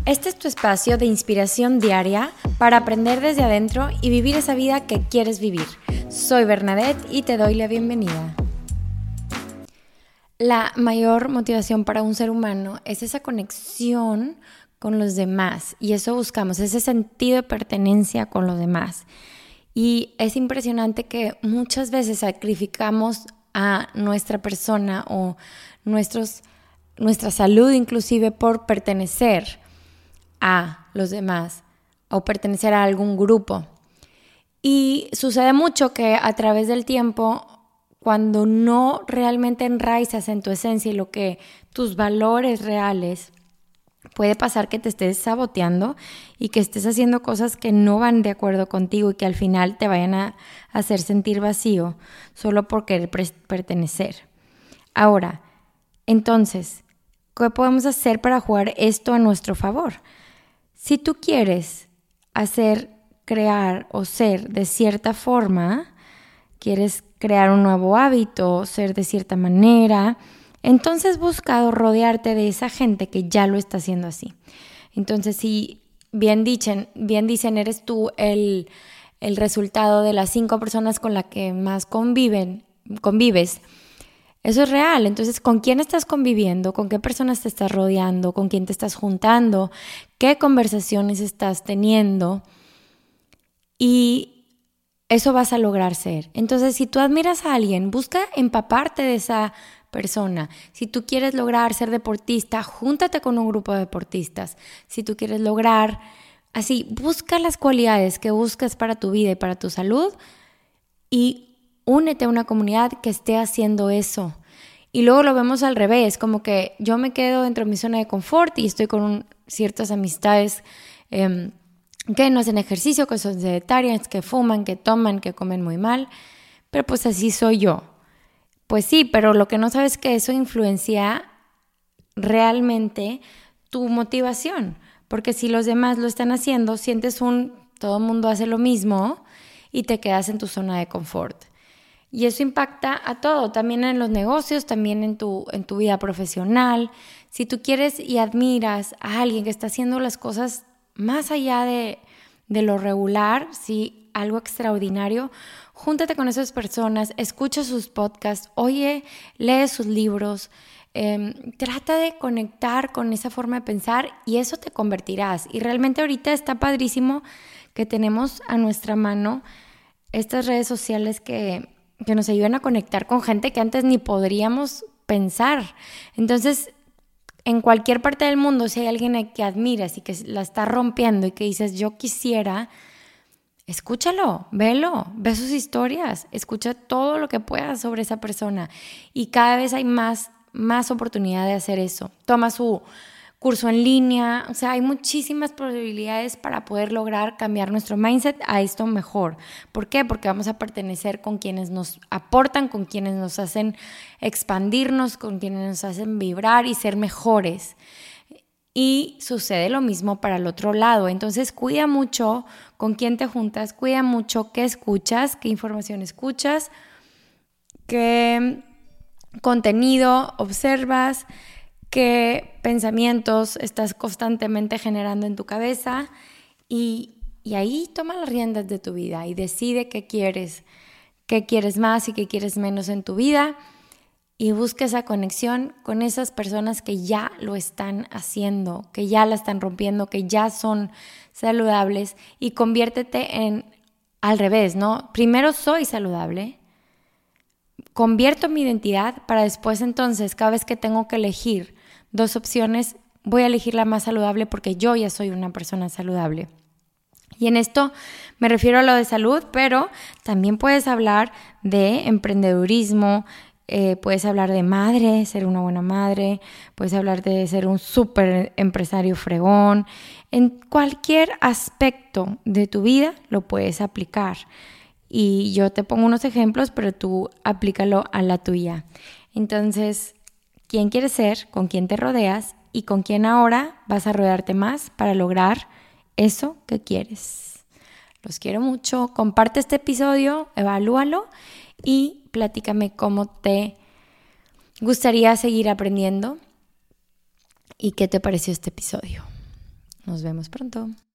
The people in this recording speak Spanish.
Este es tu espacio de inspiración diaria para aprender desde adentro y vivir esa vida que quieres vivir. Soy Bernadette y te doy la bienvenida. La mayor motivación para un ser humano es esa conexión con los demás y eso buscamos, ese sentido de pertenencia con los demás. Y es impresionante que muchas veces sacrificamos a nuestra persona o nuestra salud inclusive por pertenecer a los demás o pertenecer a algún grupo. Y sucede mucho que a través del tiempo, cuando no realmente enraizas en tu esencia y lo que tus valores reales, puede pasar que te estés saboteando y que estés haciendo cosas que no van de acuerdo contigo y que al final te vayan a hacer sentir vacío solo por querer pertenecer. Ahora, entonces, ¿qué podemos hacer para jugar esto a nuestro favor? Si tú quieres crear o ser de cierta forma, quieres crear un nuevo hábito, ser de cierta manera, entonces busca rodearte de esa gente que ya lo está haciendo así. Entonces, si bien dicen, eres tú el resultado de las 5 personas con las que más convives, eso es real. Entonces, ¿con quién estás conviviendo? ¿Con qué personas te estás rodeando? ¿Con quién te estás juntando? ¿Qué conversaciones estás teniendo? Y eso vas a lograr ser. Entonces, si tú admiras a alguien, busca empaparte de esa persona. Si tú quieres lograr ser deportista, júntate con un grupo de deportistas. Si tú quieres lograr, así, busca las cualidades que buscas para tu vida y para tu salud y únete a una comunidad que esté haciendo eso. Y luego lo vemos al revés, como que yo me quedo dentro de mi zona de confort y estoy con ciertas amistades que no hacen ejercicio, que son sedentarias, que fuman, que toman, que comen muy mal. Pero pues así soy yo. Pues sí, pero lo que no sabes es que eso influencia realmente tu motivación. Porque si los demás lo están haciendo, todo el mundo hace lo mismo y te quedas en tu zona de confort. Y eso impacta a todo, también en los negocios, también en tu vida profesional. Si tú quieres y admiras a alguien que está haciendo las cosas más allá de lo regular, ¿sí? Algo extraordinario, júntate con esas personas, escucha sus podcasts, lee sus libros, trata de conectar con esa forma de pensar y eso te convertirás. Y realmente ahorita está padrísimo que tenemos a nuestra mano estas redes sociales que nos ayudan a conectar con gente que antes ni podríamos pensar. Entonces, en cualquier parte del mundo, si hay alguien que admiras y que la está rompiendo y que dices, yo quisiera, escúchalo, ve sus historias, escucha todo lo que puedas sobre esa persona. Y cada vez hay más oportunidad de hacer eso. Toma su curso en línea, o sea, hay muchísimas posibilidades para poder lograr cambiar nuestro mindset a esto mejor. ¿Por qué? Porque vamos a pertenecer con quienes nos aportan, con quienes nos hacen expandirnos, con quienes nos hacen vibrar y ser mejores. Y sucede lo mismo para el otro lado. Entonces, cuida mucho con quién te juntas, cuida mucho qué escuchas, qué información escuchas, qué contenido observas, qué pensamientos estás constantemente generando en tu cabeza y ahí toma las riendas de tu vida y decide qué quieres más y qué quieres menos en tu vida y busca esa conexión con esas personas que ya lo están haciendo, que ya la están rompiendo, que ya son saludables y conviértete al revés, ¿no? Primero soy saludable, convierto mi identidad para después entonces cada vez que tengo que elegir 2 opciones, voy a elegir la más saludable porque yo ya soy una persona saludable. Y en esto me refiero a lo de salud, pero también puedes hablar de emprendedurismo, puedes hablar de madre, ser una buena madre, puedes hablar de ser un súper empresario fregón. En cualquier aspecto de tu vida lo puedes aplicar. Y yo te pongo unos ejemplos, pero tú aplícalo a la tuya. Entonces, ¿quién quieres ser? ¿Con quién te rodeas? ¿Y con quién ahora vas a rodearte más para lograr eso que quieres? Los quiero mucho. Comparte este episodio, evalúalo y platícame cómo te gustaría seguir aprendiendo y qué te pareció este episodio. Nos vemos pronto.